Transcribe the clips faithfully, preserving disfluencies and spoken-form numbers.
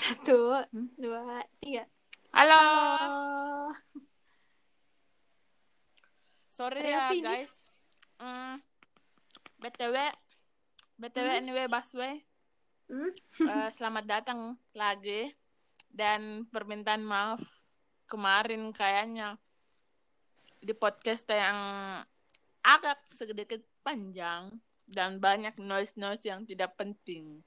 Satu, Hmm? dua, tiga. Halo. Halo. Sorry Ada apa ya ini? guys. Hmm, BTW, BTW Hmm? anyway Baswe. Hmm? Eh, selamat datang lagi dan permintaan maaf kemarin kayaknya di podcast yang agak sedikit panjang dan banyak noise-noise yang tidak penting.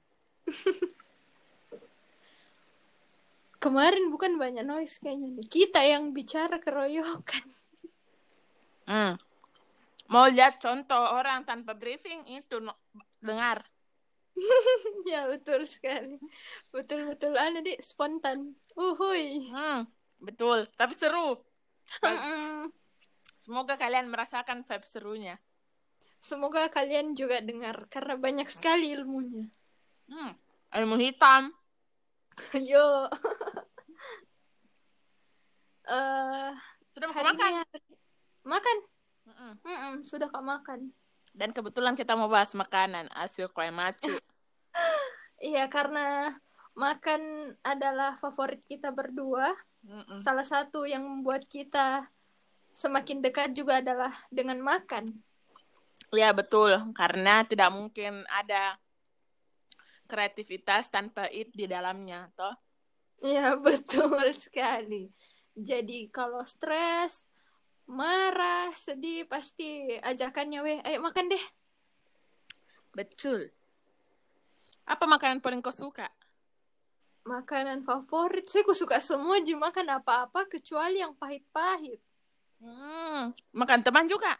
Kemarin bukan banyak noise kayaknya nih. Kita yang bicara keroyokan. Hmm. Mau lihat contoh orang tanpa briefing itu no- dengar. Ya betul sekali. Betul-betul ada di spontan. Uhuy. Hmm, betul, tapi seru. Kal- Mm-mm. Semoga kalian merasakan vibe serunya. Semoga kalian juga dengar karena banyak sekali ilmunya. Hmm, ilmu hitam. Yo. eh Sudah mau hari ini makan? hari... makan. Mm-mm. Mm-mm, sudah kak makan. Dan kebetulan kita mau bahas makanan. Asyik kayak macu. Iya karena makan adalah favorit kita berdua. Mm-mm. Salah satu yang membuat kita semakin dekat juga adalah dengan makan. Ya betul, karena tidak mungkin ada kreativitas tanpa it di dalamnya, toh. Iya betul sekali. Jadi kalau stres, marah, sedih pasti ajakannya weh, ayo makan deh. Betul. Apa makanan paling kau suka? Makanan favorit, saya suka semua ji makan apa-apa kecuali yang pahit-pahit. Hmm, makan teman juga.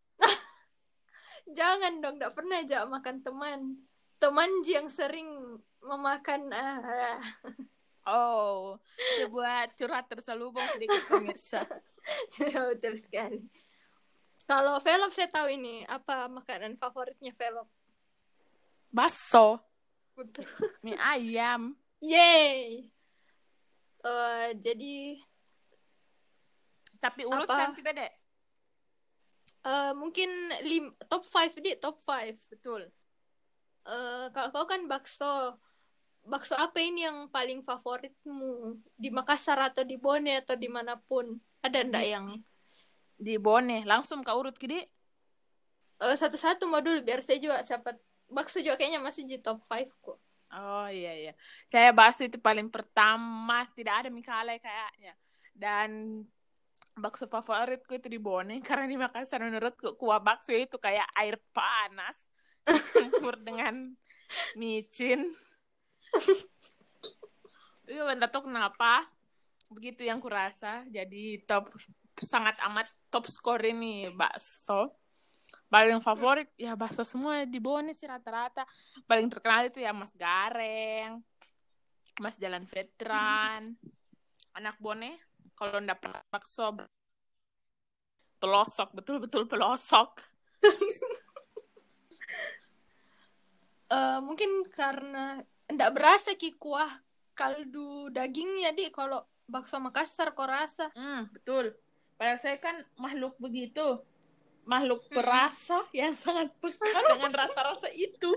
Jangan dong, tidak pernah aja makan teman. Teman ji yang sering memakan ah. Oh, sebuah curhat terselubung sedikit pemirsa. Betul sekali. Kalau velop saya tahu ini apa makanan favoritnya velop. Baso, Betul. mie ayam. Yeay. Eh, jadi Tapi urutkan apa? kita deh. Eh, mungkin lim top five di top five. Betul. Eh, kalau kau kan bakso. Bakso apa ini yang paling favoritmu di Makassar atau di Bone atau dimanapun? Ada ndak Di yang di Bone, langsung kau urut kidi. eh, satu-satu modul biar saya juga siapa bakso juga kayaknya masih di top five kok. Oh iya iya. Saya bakso itu paling pertama, tidak ada mie kale kayaknya. Dan bakso favoritku itu di Bone karena di Makassar menurutku kuah bakso itu kayak air panas dicampur dengan micin. Iya, enggak tahu kenapa. Begitu yang kurasa. Jadi top sangat amat top skor ini bakso. Paling favorit ya bakso semua di Bone sih rata-rata. Paling terkenal itu ya Mas Gareng, Mas Jalan Veteran, anak Bone. Kalau ndak pernah bakso pelosok, betul-betul pelosok. Eh, mungkin karena ndak berasa ki kuah kaldu dagingnya di kalau bakso Makassar kok rasa. Hmm, betul. Padahal saya kan makhluk begitu, makhluk Mm-mm. perasa yang sangat peka dengan rasa-rasa itu.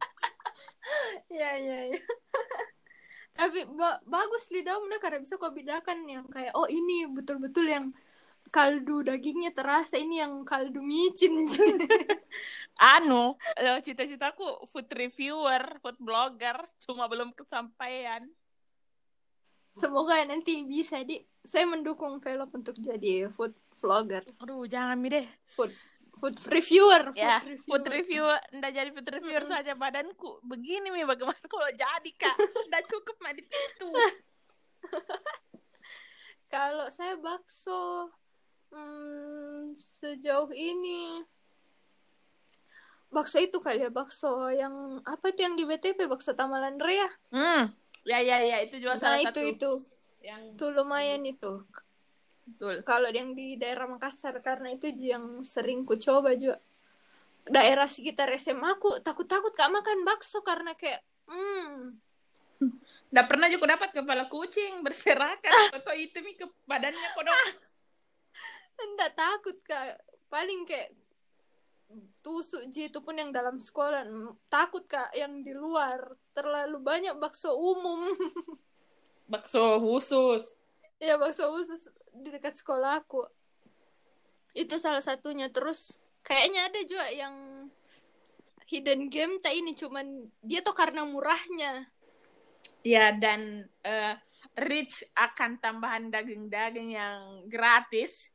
Ya ya ya. Tapi ba- bagus lidahmu nah, karena bisa kau bedakan yang kayak oh ini betul-betul yang kaldu dagingnya terasa, ini yang kaldu micin. Anu, eh, cita-citaku food reviewer, food blogger, cuma belum kesampaian. Semoga nanti bisa di. Saya mendukung Velop untuk jadi food vlogger, Aduh, jangan mi deh. food food reviewer, food Ya, food reviewer. reviewer, ndak jadi food reviewer Mm-mm. saja badanku. Begini mi bagaimana kalau jadi kak? Ndak cukup mah di itu. Kalau saya bakso, hmm, sejauh ini bakso itu kali ya, bakso yang apa itu yang di B T P, bakso Tamalan Rea. Hmm, ya ya ya itu juga Nah salah itu satu itu yang itu lumayan bagus. itu. Betul. Kalau yang di daerah Makassar karena itu yang sering ku coba juga. Daerah sekitar S M A aku takut-takut kak makan bakso karena kayak hmm Nggak pernah juga dapat kepala kucing berserakan atau itu mi ke badannya kodok. enggak takut kak, paling kayak tusuk ji itu pun yang dalam sekolah. Takut kak yang di luar terlalu banyak bakso umum. bakso khusus. Ya bakso khusus di dekat sekolahku. Itu salah satunya. Terus kayaknya ada juga yang hidden game tak ini, cuman dia tuh karena murahnya. Ya, dan uh, rich akan tambahan daging-daging yang gratis.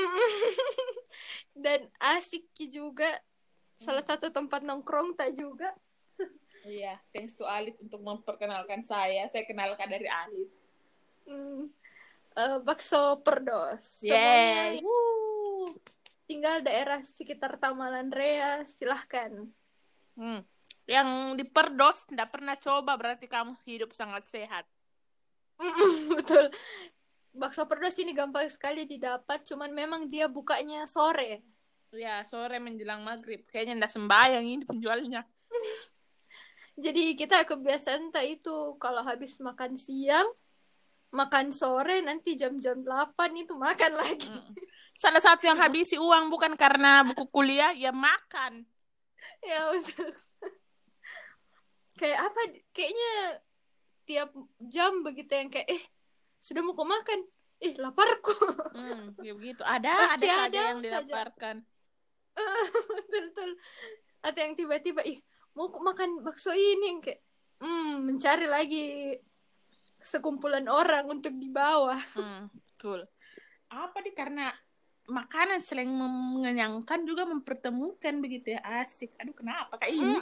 Dan asik juga. Salah satu tempat nongkrong tak juga. Iya, thanks to Alif untuk memperkenalkan saya. Saya kenalkan dari Alif. Hmm. Uh, bakso Perdos. Yeay. Semuanya tinggal daerah sekitar Tamalan Rea, silahkan. Hmm. Yang di Perdos tidak pernah coba, berarti kamu hidup sangat sehat. Betul. Bakso Perdos ini gampang sekali didapat, cuman memang dia bukanya sore. Ya, sore menjelang maghrib. Kayaknya ndak sembayang ini penjualnya. Jadi kita kebiasaan tak itu kalau habis makan siang, makan sore, nanti jam-jam delapan itu makan lagi. Hmm. Salah satu yang habisi uang bukan karena buku kuliah, ya makan. Ya betul. Kayak apa, kayaknya tiap jam begitu yang kayak, eh sudah mau makan, eh laparku. Hmm, ya begitu. Ada, Pasti ada, ada saja yang saja. dilaparkan. Betul-betul. Atau yang tiba-tiba, ih mau makan bakso ini, yang kayak, hmm, mencari lagi sekumpulan orang untuk dibawa. Hmm, betul. Apa nih, karena makanan selain mengenyangkan juga mempertemukan begitu ya, asik. Aduh, kenapa kayak ini?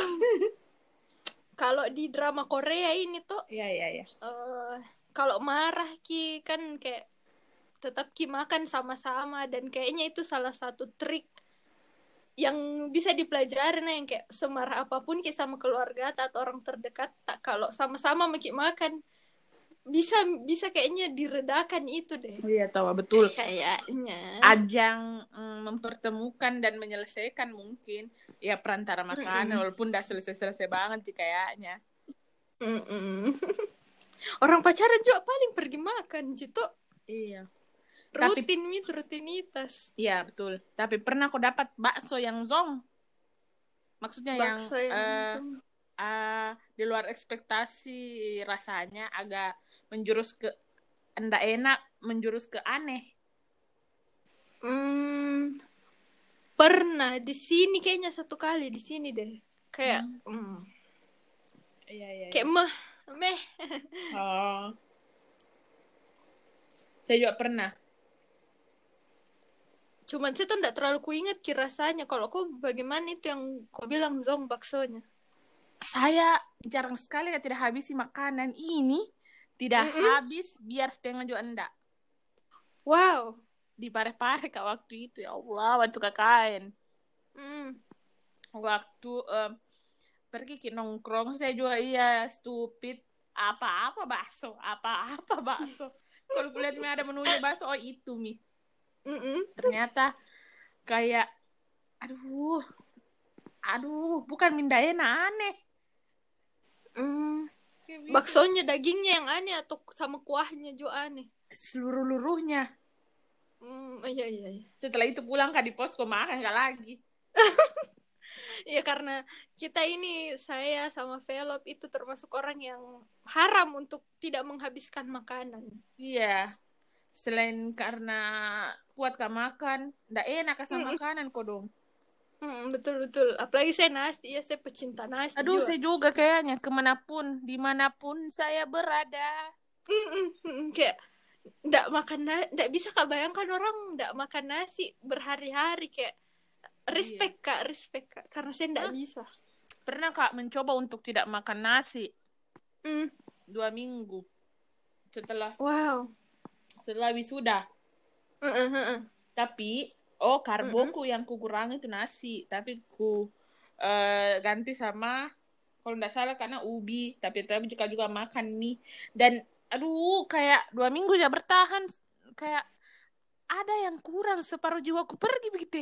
Kalau di drama Korea ini tuh, ya ya ya. Uh, kalau marah ki kan kayak tetap ki makan sama-sama, dan kayaknya itu salah satu trik yang bisa dipelajari, nah, yang kayak semarah apapun ki sama keluarga atau orang terdekat, tak kalau sama-sama maki makan bisa bisa kayaknya diredakan itu deh. Iya, tahu betul. Kayaknya ajang mm, mempertemukan dan menyelesaikan mungkin ya perantara makanan. Mm-mm. Walaupun udah selesai-selesai banget sih kayaknya. Orang pacaran juga paling pergi makan gitu. Iya. Rutin Tapi, itu rutinitas. Iya betul. Tapi pernah kok dapat bakso yang zong? Maksudnya bakso yang, yang uh, uh, di luar ekspektasi, rasanya agak menjurus ke enggak enak, menjurus ke aneh. Hmm, pernah di sini kayaknya satu kali di sini deh. Kayak hmm. Hmm. Iya, iya, kayak iya. mah meh. Oh. Saya juga pernah. Cuman saya tuh enggak terlalu kuingat ki rasanya. Kalau kau bagaimana itu yang kau bilang zong baksonya? Saya jarang sekali ya tidak habisi makanan ini. Tidak mm-hmm. habis, biar setengah juga enggak. Wow. Dipare-pare kak waktu itu, ya Allah, waktu K K N. Mm. Waktu uh, pergi ke nongkrong, saya juga iya stupid. Apa-apa bakso, apa-apa bakso. Kalau kulihat mi ada menunya bakso, oh itu mi. Mm-mm. Ternyata kayak, aduh, aduh, bukan minda enak, aneh. Mm. Baksonya dagingnya yang aneh atau sama kuahnya juga aneh? Seluruh-luruhnya. Mm, iya, iya, iya. Setelah itu pulang kak di posko makan gak lagi. Ya karena kita ini, saya sama Velop itu termasuk orang yang haram untuk tidak menghabiskan makanan. Iya. Selain karena kuat kak makan, ndak enak sama makanan kok dong. Hmm, betul-betul. Apalagi saya nasi, ya saya pecinta nasi. Aduh, juga. saya juga kayaknya kemanapun, dimanapun saya berada. Mm-mm, kayak ndak makan nasi, ndak bisa kak bayangkan orang ndak makan nasi berhari-hari, kayak respect iya. kak, respect kak, karena saya ndak Hah? bisa. Pernah kak mencoba untuk tidak makan nasi mm. dua minggu setelah. Wow. Setelah wisuda. Uh-uh-uh. Tapi oh karboku uh-uh. yang ku kurangi itu nasi, tapi ku uh, ganti sama kalau nggak salah karena ubi, tapi tapi juga juga makan mie. Dan aduh kayak dua minggu ya bertahan, kayak ada yang kurang, separuh jiwaku pergi begitu.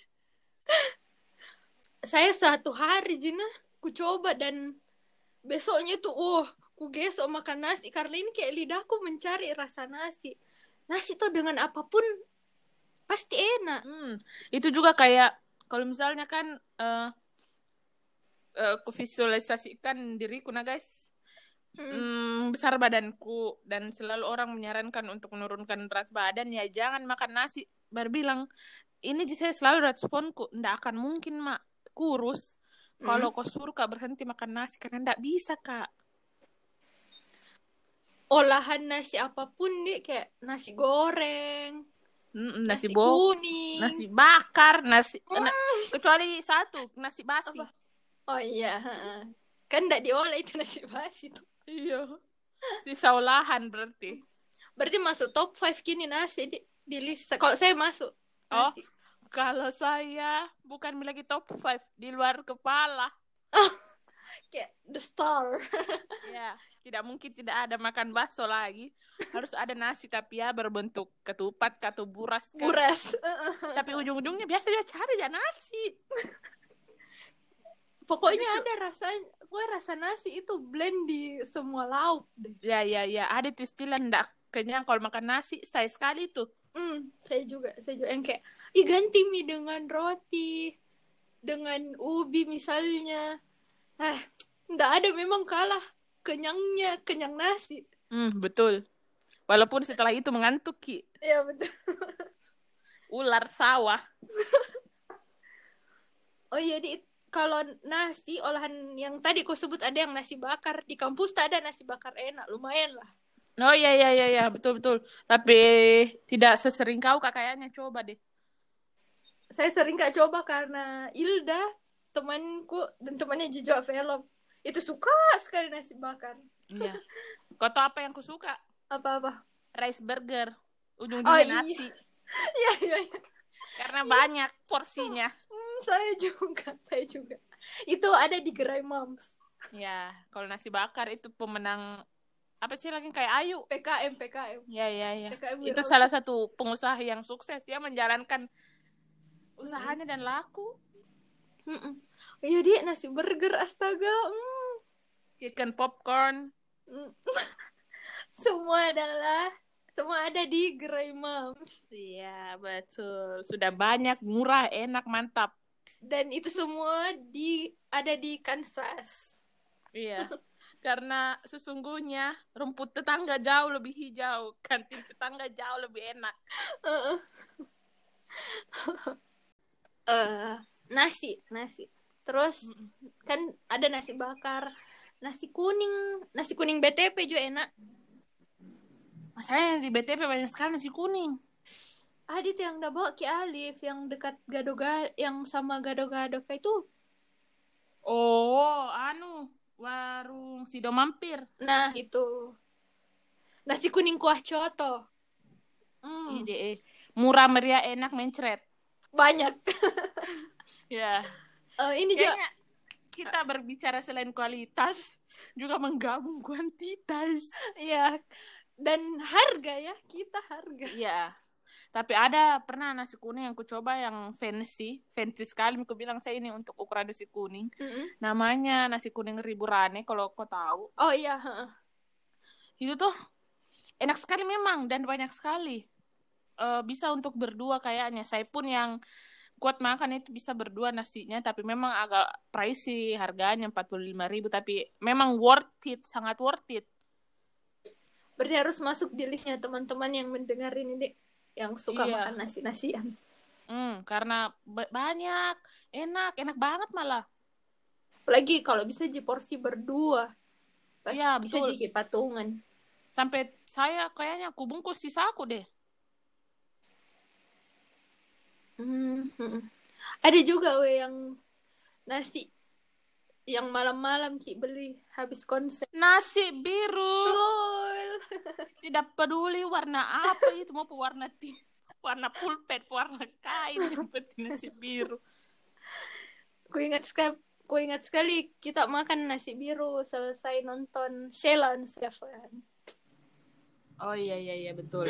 Saya satu hari Jina ku coba dan besoknya tuh oh ku gesok makan nasi, karena ini kayak lidahku mencari rasa nasi. Nasi tuh dengan apapun pasti enak. Hmm, itu juga kayak kalau misalnya kan uh, uh, ku visualisasikan diriku nah guys, mm, besar badanku dan selalu orang menyarankan untuk menurunkan berat badan, ya jangan makan nasi. Baru bilang, ini saya selalu responku, ndak akan mungkin mak kurus kalau kau suruh kak berhenti makan nasi, karena ndak bisa kak. Olahan nasi apapun nih, kayak nasi goreng, Mm, nasi, nasi bok, kuning, nasi bakar, nasi mm. na, kecuali satu, nasi basi. Apa? Oh iya, kan ndak diolah itu nasi basi tuh. Iya, sisa olahan berarti. Berarti masuk top lima kini nasi di, di list. Kalau saya masuk nasi. Oh, kalau saya bukan lagi top lima, di luar kepala. Oh, kayak the star. Ya, tidak mungkin tidak ada makan bakso lagi. Harus ada nasi, tapi ya berbentuk ketupat atau buras kan. Buras. Tapi ujung-ujungnya biasa dia cari ya nasi. Pokoknya ada rasa, pokoknya rasa nasi itu blend di semua lauk deh. Ya, ya, ya. Ada tuh istilah ndak kenyang kalau makan nasi, saya sekali tuh. Hmm, saya juga, saya juga yang kayak, ih ganti mie dengan roti, dengan ubi misalnya. Ah, nggak ada, memang kalah kenyangnya, kenyang nasi. Hmm, betul. Walaupun setelah itu mengantuk, Ki. Iya, betul. Ular sawah. Oh iya, di kalau nasi olahan yang tadi kau sebut ada yang nasi bakar. Di kampus tak ada nasi bakar enak, lumayan lah. Oh iya iya iya ya, betul betul. Tapi tidak sesering kau kak kayaknya, coba deh. Saya sering gak coba karena Ilda, temanku dan temannya Jijo Velop, itu suka sekali nasi bakar. Iya. Kau tahu apa yang ku suka? Apa-apa? Rice burger. Ujung-ujungnya Oh, iya. nasi. Iya iya iya. Karena banyak porsinya. Hmm, saya juga, saya juga. Itu ada di Gerai Moms. Ya, kalau nasi bakar itu pemenang apa sih lagi kayak Ayu? P K M, P K M. Ya ya ya. P K M Itu Wirausah. salah satu pengusaha yang sukses, dia menjalankan usahanya dan laku. Mm-mm. Iya dia nasi burger, astaga. Mm. Chicken popcorn. Mm. Semua adalah semua ada di Gerai Moms. Iya betul. Sudah banyak, murah, enak, mantap. Dan itu semua di ada di Kansas. Iya. Karena sesungguhnya rumput tetangga jauh lebih hijau, kantin tetangga jauh lebih enak. Uh, uh, nasi, nasi. Terus kan ada nasi bakar, nasi kuning, nasi kuning B T P juga enak. Masalahnya di B T P banyak sekali nasi kuning. Ada itu yang udah bawa Ki Alif, yang dekat Gado-Gado, yang sama Gado-Gado kayak itu. Oh, anu, warung Sido Mampir. Nah, itu. Nasi kuning kuah coto. Mm. Ide, murah meriah enak mencret. Banyak. Ya. Uh, ini juga kita berbicara selain kualitas juga menggabung kuantitas. Iya. Dan harga ya, kita harga. Iya. Tapi ada pernah nasi kuning yang ku coba yang fancy, fancy sekali. Aku bilang saya ini untuk ukuran nasi kuning. Mm-hmm. Namanya nasi kuning Riburane, kalau kau tahu. Oh iya. Itu tuh enak sekali memang dan banyak sekali. Uh, bisa untuk berdua kayaknya. Saya pun yang kuat makan itu bisa berdua nasinya, tapi memang agak pricey harganya empat puluh lima ribu, tapi memang worth it, sangat worth it. Berarti harus masuk di listnya teman-teman yang mendengar ini deh, yang suka iya. makan nasi-nasian. Hmm, karena b- banyak, enak, enak banget malah. Apalagi kalau bisa di porsi berdua, pas ya, bisa betul. jadi patungan. Sampai saya kayaknya aku bungkus sisaku deh. Hmm, hmm. Ada juga we yang nasi yang malam-malam Ki beli habis konser. Nasi biru. Betul. Tidak peduli warna apa itu, mau warna t- warna pulpen, warna kain, yang penting nasi biru. Ku ingat sekali, ku ingat sekali kita makan nasi biru selesai nonton Sheila on Seven. Oh iya iya iya betul.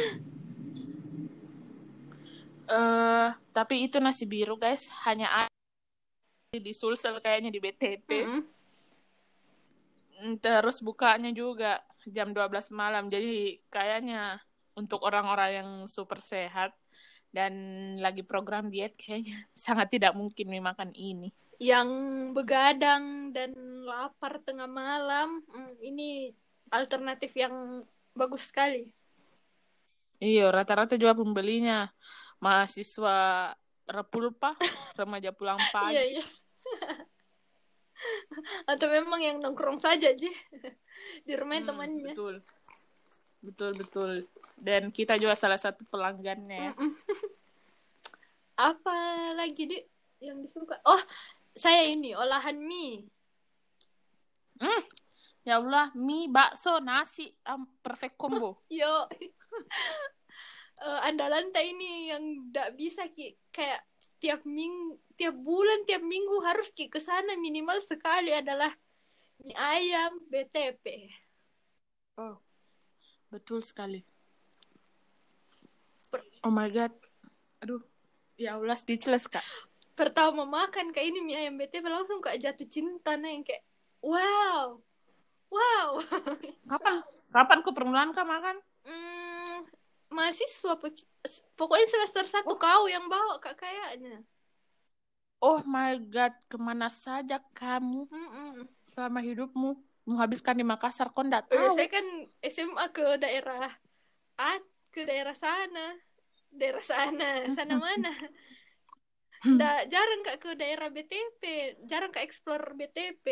Uh, tapi itu nasi biru guys hanya ada di Sulsel kayaknya di B T P. Mm-hmm. Terus bukanya juga jam dua belas malam, jadi kayaknya untuk orang-orang yang super sehat dan lagi program diet kayaknya sangat tidak mungkin makan ini. Yang begadang dan lapar tengah malam, hmm, ini alternatif yang bagus sekali. Iya, rata-rata juga pembelinya mahasiswa repulpa, remaja pulang Iya, pagi. iya. Atau memang yang nongkrong saja Ji di rumah Hmm, temannya. betul. Betul, betul. Dan kita juga salah satu pelanggannya. Mm-mm. Apa lagi Di yang disuka? Oh, saya ini olahan mie. Hmm, ya Allah, mie, bakso, nasi, um, perfect combo. Yo, uh, andalan tak ini yang tidak bisa Ki kayak tiap minggu, tiap bulan, tiap minggu harus Ki ke sana minimal sekali adalah mie ayam B T P. Oh, betul sekali. Per- Oh my God. Aduh, ya Allah, speechless, Kak. Pertama makan kayak ini mie ayam B T P langsung kayak jatuh cinta nih yang kayak wow. Wow. Kapan? Kapan kau permulaan kah makan? Hmm, mahasiswa pokoknya semester satu Oh, kau yang bawa Kak kayaknya. oh my God, kemana saja kamu Mm-mm. selama hidupmu menghabiskan di Makassar? Kau nggak Oh ya, tahu? saya kan S M A ke daerah A ke daerah sana. Daerah sana, sana mana? Nggak jarang Kak ke daerah B T P, jarang Kak explore B T P.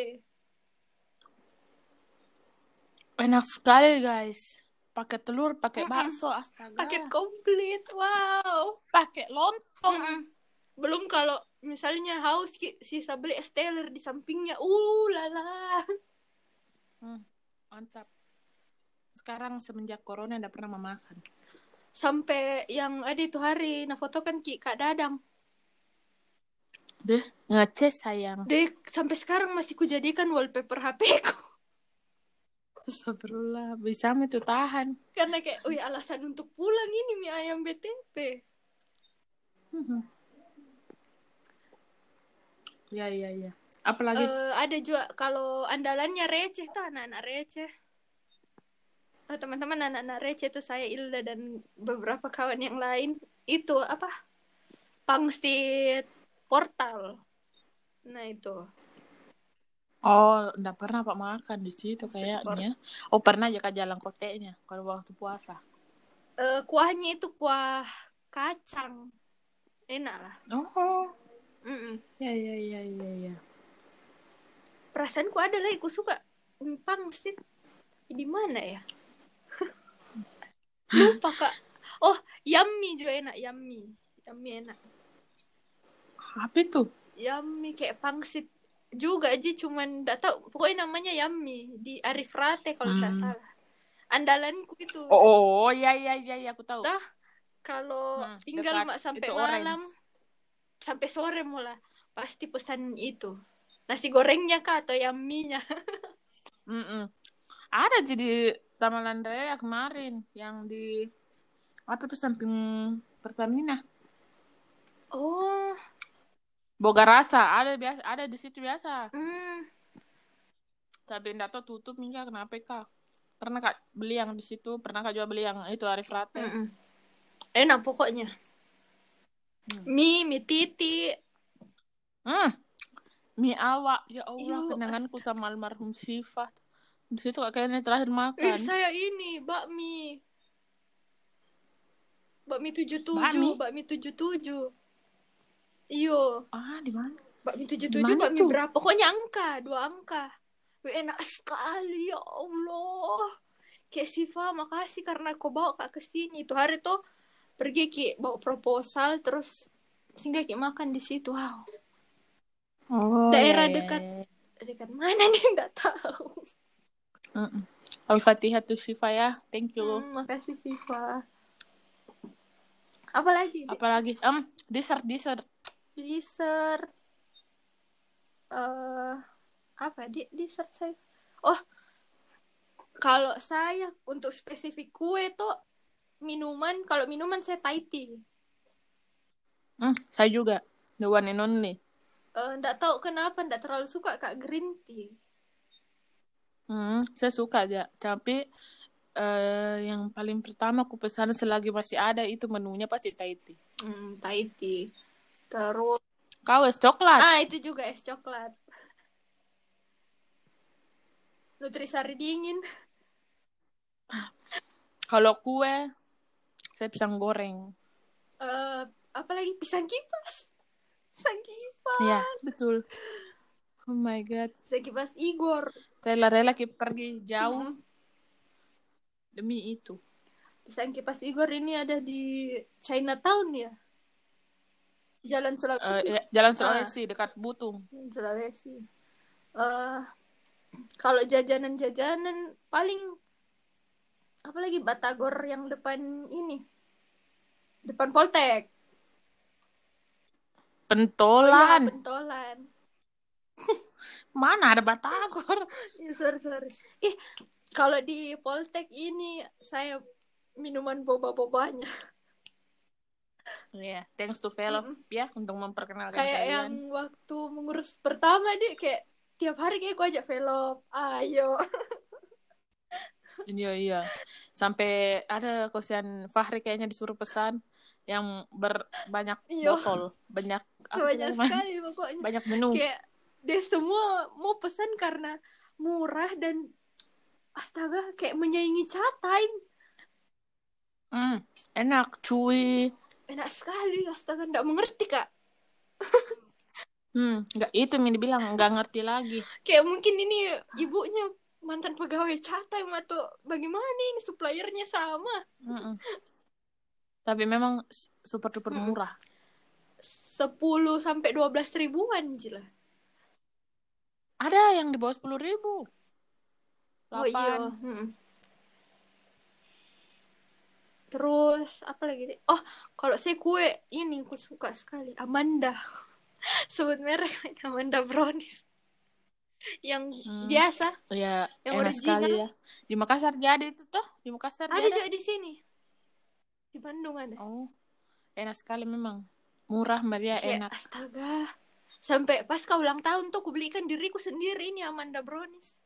Enak sekali, guys. Pakai telur, pakai Mm-mm. bakso, astaga. Paket komplit, wow. Pakai lontong. Mm-mm. Belum kalau misalnya haus sisa beli es teler di sampingnya, uh lala. Hmm, mantap. Sekarang semenjak corona nggak pernah memakan. Sampai yang ada itu hari nah foto kan Ki Kak Dadang. Deh, ngeces sayang. Dek, sampai sekarang masih kujadikan wallpaper H P ku. Astagfirullah, bisa itu tahan. Karena kayak, wih alasan untuk pulang ini mie ayam B T P. Hmm. Ya, ya, ya. Apalagi? Uh, ada juga kalau andalannya receh tuh anak-anak receh. Oh, teman-teman anak-anak receh itu saya Ilda dan beberapa kawan yang lain itu apa? Pangsit portal. Nah itu. Oh, nggak pernah Pak makan di situ Pangsit portal. kayaknya. Oh, pernah aja ke jalan koteknya kalau waktu puasa. Uh, kuahnya itu kuah kacang. Enak lah. Oh, Mm-mm. ya, ya, ya, ya, ya. Perasaanku ada lah, aku suka pangsit. Di mana ya? Lupa Kak. Oh, yummy juga enak, yummy. Yummy enak. Apa itu? Yummy kayak pangsit juga aja cuman enggak tahu pokoknya namanya yummy di Arif Rate kalau enggak Hmm. salah. Andalanku itu. Oh, oh, oh, ya, ya, ya, ya, aku tahu. Dah kalau Hmm, tinggal dekat mak sampai itu malam orange. sampai sore mula pasti pesan itu. Nasi gorengnya Kak atau yummy-nya. Mm-mm. Ada sih di Taman Landraya kemarin yang di apa tuh samping Pertamina. Oh. Boga Rasa ada biasa ada di situ biasa. Hmm. Tapi enggak tahu tutup nih Kak, kenapa Kak? Pernah Kak beli yang di situ, pernah Kak juga beli yang itu Arif Rate. Mm-mm. Enak pokoknya. Hmm. Mie, mie titi. Hmm. Mie awak, ya Allah, Yo, kenanganku astaga. sama almarhum Syifa. Di situ Kak kayaknya terakhir Eh, makan. saya ini bakmi. Bakmi tujuh puluh tujuh, Bakmi? bakmi tujuh puluh tujuh. Iyo, Ah, di mana? bakmi tujuh Di puluh tujuh, mana bakmi tuh? berapa? Pokoknya angka, dua angka. Wih, enak sekali, ya Allah. Kayak Siva, makasih karena kau bawa Kak ke sini. Itu hari tuh pergi Ki bawa proposal terus singgah Ki makan di situ. Wow. Oh, Daerah ya, ya, dekat ya. dekat mana nih enggak tahu. Mm-mm. Al-Fatihah tuh Syifa ya. Thank you. Hmm, makasih Siva. Apa lagi? Apalagi? Um, dessert, dessert. Dessert. Eh, uh, apa di dessert saya? Oh, kalau saya untuk spesifik kue tuh minuman, kalau minuman saya Thai tea. Hmm, saya juga. The one and only. Uh, nggak tahu kenapa nggak terlalu suka Kak green tea. Hmm, saya suka aja. Tapi uh, yang paling pertama aku pesan selagi masih ada itu menunya pasti Thai tea. Hmm, Thai tea. Terus Kau es coklat? ah itu juga es coklat. Nutrisari dingin. Kalau kue, saya pisang goreng. Eh, apalagi pisang kipas. Pisang kipas. Ya, betul. Oh my god. Pisang kipas Igor. Rela-rela kita pergi jauh Mm-mm. demi itu. Pisang kipas Igor ini ada di Chinatown ya. Jalan Uh, Sulawesi. ya, Jalan Ah, Sulawesi dekat Butung. Sulawesi. Eh, kalau jajanan-jajanan paling apalagi Batagor yang depan ini. Depan Poltek. Oh iya, Pentolan. pentolan. Mana ada batagor? Ya, sorry, sorry. Ih, kalau di Poltek ini saya minuman boba-bobanya. Ya, yeah, thanks to Velov Mm-mm. ya untuk memperkenalkan Kayak kalian. yang waktu mengurus pertama dia kayak tiap hari kayak gue ajak Velov, ayo. Iya iya. Sampai ada kosan Fahri kayaknya disuruh pesan yang berbanyak Iya, botol, banyak apa sih banyak namanya? sekali pokoknya. Banyak menu. Kayak dia semua mau pesan karena murah dan astaga kayak menyaingi chat time. Hmm, enak, cuy. Enak sekali, astaga nggak mengerti kak. Hmm, nggak itu yang dibilang nggak ngerti lagi. Kayak mungkin ini ibunya mantan pegawai chat time atau bagaimana ini suppliernya sama. Mm-mm. Tapi memang super duper Mm-mm. murah. sepuluh sampai dua belas ribuan Jila. Ada yang di bawah sepuluh ribu. Oh iya. Hmm. Terus apa lagi? Oh, kalau saya kue ini aku suka sekali Amanda. Sebut merek Amanda Brownies. Yang Hmm, biasa, ya yang enak original. sekali ya. Di Makassar jadi itu tuh, di Makassar Ada jadi. juga di sini. Di Bandung ada. Oh, enak sekali memang. Murah, meriah, Kayak enak. astaga. Sampai pas kau ulang tahun tuh aku belikan diriku sendiri ini Amanda Brownies.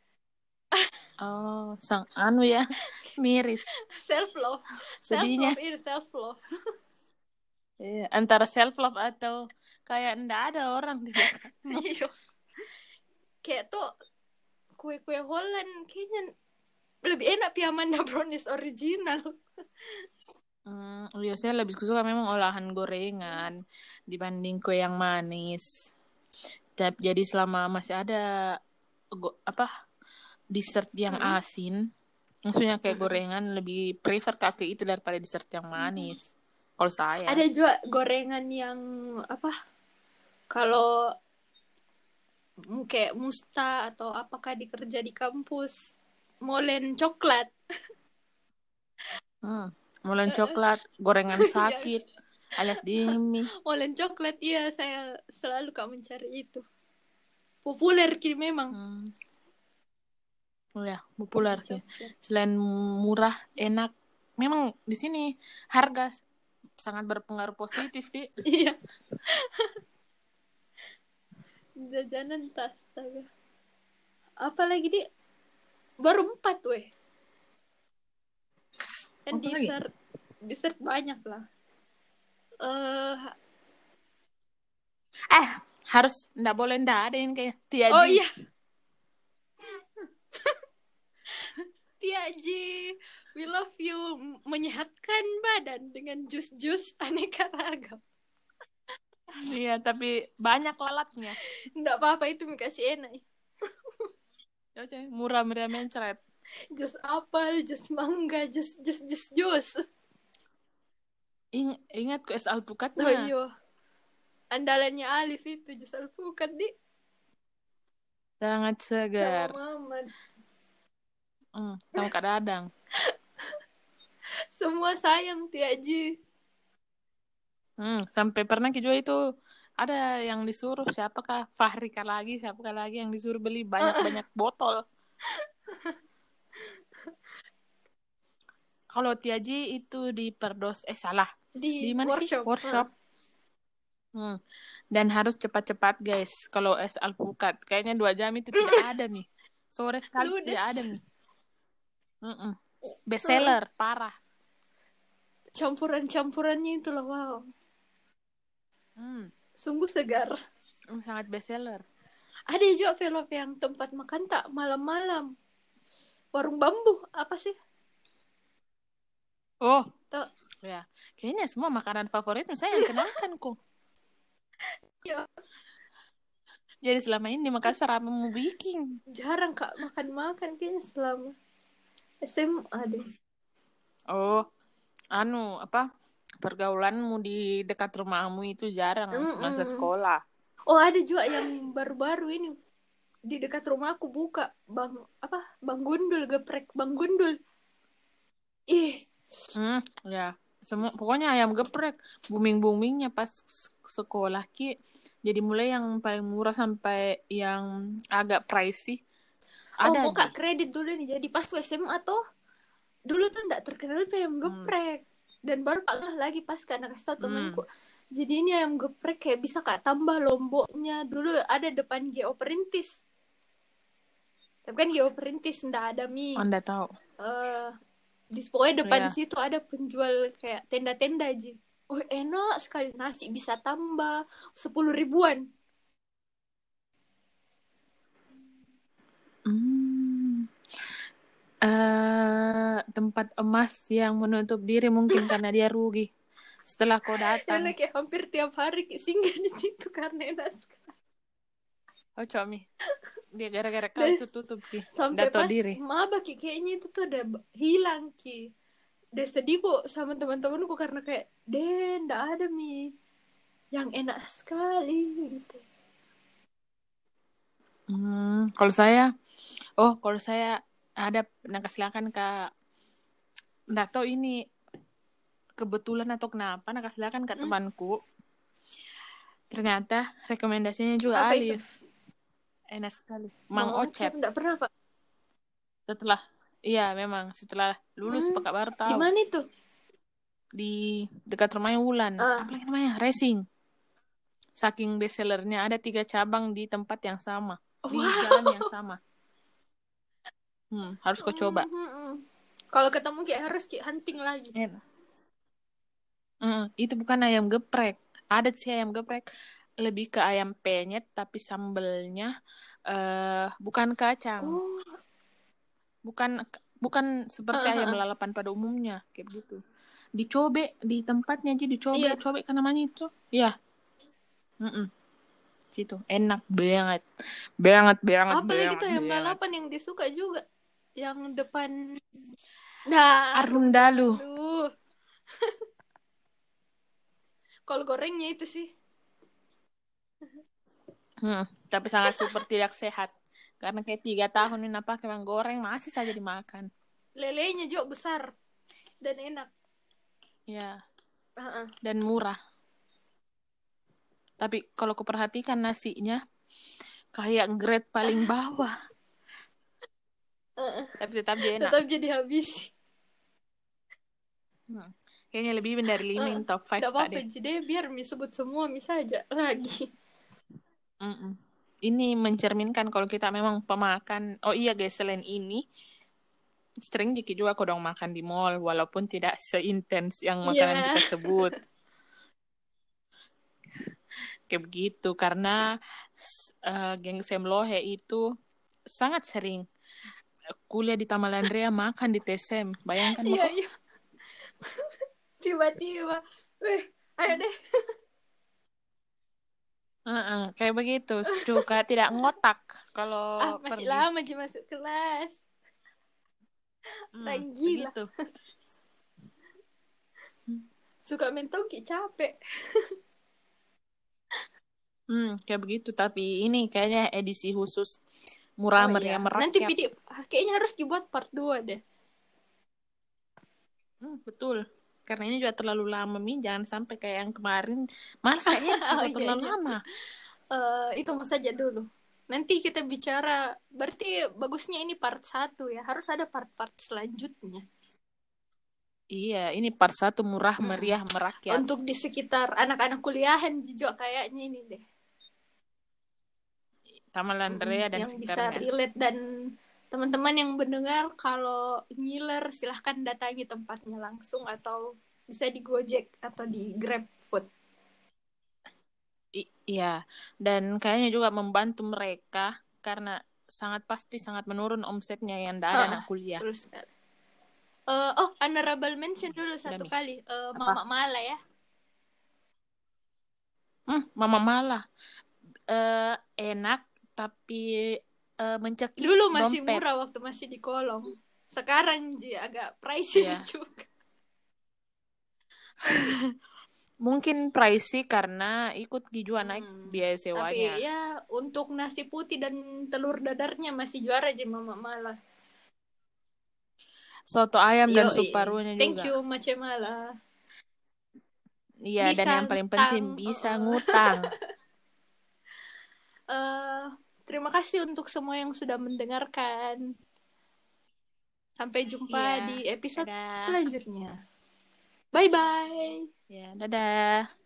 Oh, sang anu ya, miris. Self love. Self Sedihnya. love ini self love. Iya, antara self love atau kayak ndak ada orang di dekatmu. Iya. Kayak tuh kue-kue Holland kayaknya lebih enak pi Amanda Brownies original. Hmm, iya, saya lebih suka memang olahan gorengan dibanding kue yang manis. Tapi jadi selama masih ada go, apa dessert yang Mm-mm. asin, maksudnya kayak Mm-mm. gorengan lebih prefer ke itu daripada dessert yang manis. Kalau saya. Ada juga gorengan yang apa? Kalau kayak musta atau apakah dikerja di kampus, molen coklat. Hmm, molen coklat, gorengan sakit, alias dimi. Molen coklat, iya saya selalu kak mencari itu. Populer kini memang. Hmm. Oh ya, populer sih. Coklat. Selain murah, enak, memang di sini harga sangat berpengaruh positif, Di. Iya. Jajanan tas, astaga. Apalagi di baru empat weh. Dan Apa lagi? dessert, dessert banyak lah. Eh, Eh, harus ndak boleh ndak ada yang kayak Tiaji. oh iya. Tiaji, we love you, menyehatkan badan dengan jus-jus aneka ragam. Iya, tapi banyak lalatnya. Nggak apa-apa itu kasih enak. Oke, murah meriah mencret. Jus apel, jus mangga, jus jus jus jus. Ing ingat ke es alpukatnya. Oh iya. Andalannya Alif itu jus alpukat di. Sangat segar. Sama Maman. Hmm, sama Kak Dadang. Semua sayang Tiaji. Hmm, sampai pernah juga itu ada yang disuruh siapakah Fahri kah lagi siapakah lagi yang disuruh beli banyak-banyak botol. Kalau Tiaji itu di Perdos eh salah Di, di mana workshop. sih workshop. Hmm. Dan harus cepat-cepat guys. Kalau es alpukat kayaknya dua jam itu tidak ada nih. Sore sekali Ludes. tidak ada nih. Mm-mm. Best seller parah. Campuran-campurannya itu loh, wow. Hmm. Sungguh segar. Sangat best seller. Ada juga velop yang tempat makan tak malam-malam. Warung bambu apa sih? Ya, kayaknya semua makanan favorit saya yang kenalkan kok. Ya, Jadi selama ini di Makassar apa mau bikin? jarang Kak makan-makan kayaknya selama S M A deh. Oh, anu apa? Pergaulanmu di dekat rumahmu itu jarang semasa Mm-mm. sekolah. Oh, ada juga yang baru-baru ini di dekat rumahku buka Bang apa? Bang Gundul, geprek Bang Gundul. Ih, Hmm, ya. Semua pokoknya ayam geprek booming-boomingnya pas sekolah ki. Jadi mulai yang paling murah sampai yang agak pricey oh ada mau aja. Kak kredit dulu nih. Jadi pas S M A tuh dulu tuh nggak terkenal tuh ayam Hmm. geprek. Dan baru Kak ngeh lagi pas karena kasih tau Hmm. temanku. Jadi ini ayam geprek kayak bisa Kak tambah lomboknya. Dulu ada depan G O Perintis. Tapi kan G O Perintis nggak ada mie. Anda tahu. Eh di pokoknya depan Ya. situ ada penjual kayak tenda-tenda aja. Oh enak sekali, nasi bisa tambah sepuluh ribuan. Hmm. Eh, tempat emas yang menutup diri mungkin karena dia rugi setelah kau Ya datang. kayak hampir tiap hari singgah di situ karena enak sekali. Oh Comi, dia gara-gara kau Dan itu tutup ki, sampai dato pas diri. maba ki kayaknya itu tuh ada b- hilang ki. Udah sedih kok sama teman-temanku karena kayak deh ndak ada mie yang enak sekali gitu. Hmm, kalau saya, oh kalau saya ada pernah kesilakan kak, nggak tahu ini kebetulan atau kenapa, nah kesilakan kak Hmm? temanku. Ternyata rekomendasinya juga Apa itu? Alif, enak sekali. Mang Mau Ocep. nggak pernah Pak? Setelah, iya memang setelah lulus Hmm, Pak baru di tahu mana itu? di dekat rumahnya Wulan. Ah, Apa lagi namanya? Racing. Saking bestsellernya ada tiga cabang di tempat yang sama, di jalan yang wow. sama. Hmm, harus kau Hmm, coba. hmm, hmm. Kalau ketemu kayak harus Ci, hunting lagi. Enak. Hmm, itu bukan ayam geprek. Ada sih ayam geprek, lebih ke ayam penyet tapi sambelnya eh bukan kacang, Oh, bukan bukan seperti ah, ah, ayam ah. lalapan pada umumnya kayak gitu. Dicobe di tempatnya aja dicobe, Iya. cobe kan namanya itu. Ya, mm situ enak banget, banget, banget, Apalagi banget, tuh ayam banget. lalapan yang disuka juga. Yang depan. Nah, Arum arum dalu. dalu. Kalau gorengnya itu sih. Hmm, tapi sangat super tidak sehat. Karena kayak tiga tahun ini apa kemang goreng masih saja dimakan. Lelenya juga besar. Dan enak. Ya, Ah, ah. dan murah. Tapi kalau kuperhatikan nasinya kayak grade paling bawah. Ah, ah. Tapi tetap dia enak. Tetap jadi habis. Hmm. Kayaknya lebih dari lima Ah, in top five gak Kak apa-apa, deh. jadi biar mi sebut semua mi saja lagi. Mm-mm. Ini mencerminkan kalau kita memang pemakan. Oh iya guys, selain ini, sering dikit juga kodong makan di mall, walaupun tidak seintens yang makanan Iya. kita sebut. Kayak begitu, karena uh, geng Semlohe itu sangat sering kuliah di Tamalandrea makan di T S M. Bayangkan Iya, kok. iya. Tiba-tiba. Weh, ayo deh. Uh-uh, kayak begitu. Juga tidak ngotak Ah, kalau masih pergi. lama aja masuk kelas. Hmm, Dan gila. begitu. Suka mentok capek. Hmm, kayak begitu. Tapi ini kayaknya edisi khusus murah Oh meriah iya, nanti merakyat. video kayaknya harus dibuat part dua deh. Hmm, betul. Karena ini juga terlalu lama, Mi. Jangan sampai kayak yang kemarin. Males kayaknya Oh kalau iya terlalu iya. lama. Eh itu saja dulu. Nanti kita bicara, berarti bagusnya ini part satu ya. Harus ada part-part selanjutnya. Iya, ini part satu murah Mm-mm. meriah merakyat. Untuk di sekitar anak-anak kuliahan juga kayaknya ini deh. Tamalandrea Mm-mm. dan Yang bisa sekitarnya. relate dan teman-teman yang mendengar kalau ngiler silahkan datangi tempatnya langsung atau bisa di Gojek atau di Grab Food. I- iya, dan kayaknya juga membantu mereka karena sangat pasti sangat menurun omsetnya yang tidak ada Heeh, anak kuliah. terus kan. Eh, oh, honorable mention dulu Udah satu Mi. kali. Eh, Apa? Mama Mala ya. Hmm, Mama Malah. Eh, enak tapi eh, mencekik Dulu masih dompet. murah waktu masih di kolong. Sekarang Ji agak pricey Ya. juga. Mungkin pricey karena ikut juga naik Hmm. biaya Tapi sewanya. ya untuk nasi putih dan telur dadarnya masih juara Ji Mama Mala. Soto ayam dan Yo, sup parunya thank juga. you Mace Mala. Iya, dan Bisa yang paling penting ngutang. bisa Uh-uh. ngutang. Eh, terima kasih untuk semua yang sudah mendengarkan. Sampai jumpa Iya, di episode dadah. selanjutnya. Bye bye. Ya, dadah.